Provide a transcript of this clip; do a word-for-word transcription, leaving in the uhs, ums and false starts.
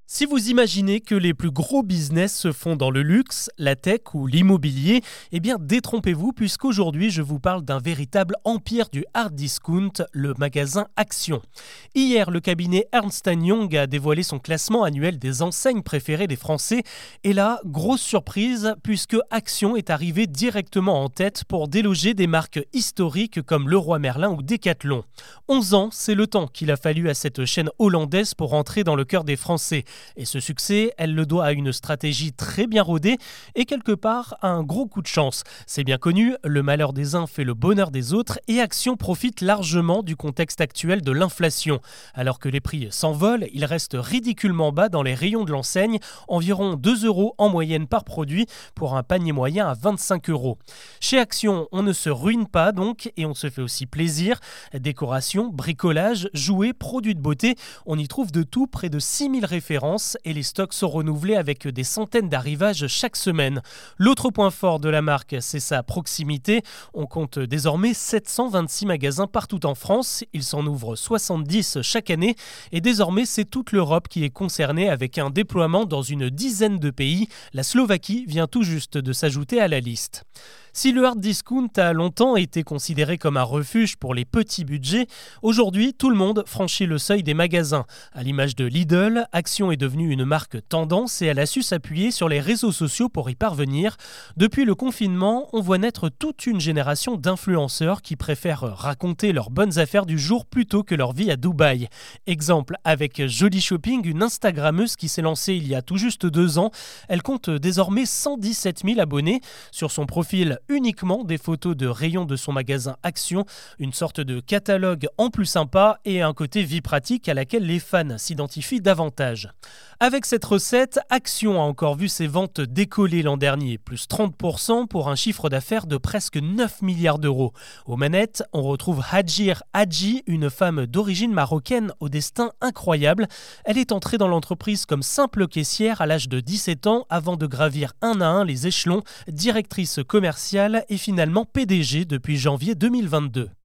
Si vous imaginez que les plus gros business se font dans le luxe, la tech ou l'immobilier, eh bien détrompez-vous puisqu'aujourd'hui je vous parle d'un véritable empire du hard discount, le magasin Action. Hier, le cabinet Ernst and Young a dévoilé son classement annuel des enseignes préférées des Français. Et là, grosse surprise puisque Action est arrivé directement en tête pour déloger des marques historiques comme Leroy Merlin ou Decathlon. onze ans, c'est le temps qu'il a fallu à cette chaîne hollandaise pour entrer dans le cœur des Français. Et ce succès, elle le doit à une stratégie très bien rodée et quelque part à un gros coup de chance. C'est bien connu, le malheur des uns fait le bonheur des autres et Action profite largement du contexte actuel de l'inflation. Alors que les prix s'envolent, ils restent ridiculement bas dans les rayons de l'enseigne, environ deux euros en moyenne par produit pour un panier moyen à vingt-cinq euros. Chez Action, on ne se ruine pas donc et on se fait aussi plaisir. Décoration, bricolage, jouets, produits de beauté, on y trouve de tout, près de six mille références et les stocks sont renouvelés avec des centaines d'arrivages chaque semaine. L'autre point fort de la marque, c'est sa proximité. On compte désormais sept cent vingt-six magasins partout en France. Il s'en ouvre soixante-dix chaque année et désormais c'est toute l'Europe qui est concernée avec un déploiement dans une dizaine de pays. La Slovaquie vient tout juste de s'ajouter à la liste. Si le hard discount a longtemps été considéré comme un refuge pour les petits budgets, aujourd'hui tout le monde franchit le seuil des magasins. À l'image de Lidl, Action est devenue une marque tendance et elle a su s'appuyer sur les réseaux sociaux pour y parvenir. Depuis le confinement, on voit naître toute une génération d'influenceurs qui préfèrent raconter leurs bonnes affaires du jour plutôt que leur vie à Dubaï. Exemple avec Joli Shopping, une Instagrammeuse qui s'est lancée il y a tout juste deux ans. Elle compte désormais cent dix-sept mille abonnés. Sur son profil, uniquement des photos de rayons de son magasin Action, une sorte de catalogue en plus sympa et un côté vie pratique à laquelle les fans s'identifient davantage. Avec cette recette, Action a encore vu ses ventes décoller l'an dernier, plus trente pour cent pour un chiffre d'affaires de presque neuf milliards d'euros. Aux manettes, on retrouve Hajir Hadji, une femme d'origine marocaine au destin incroyable. Elle est entrée dans l'entreprise comme simple caissière à l'âge de dix-sept ans avant de gravir un à un les échelons, directrice commerciale et finalement P D G depuis janvier deux mille vingt-deux.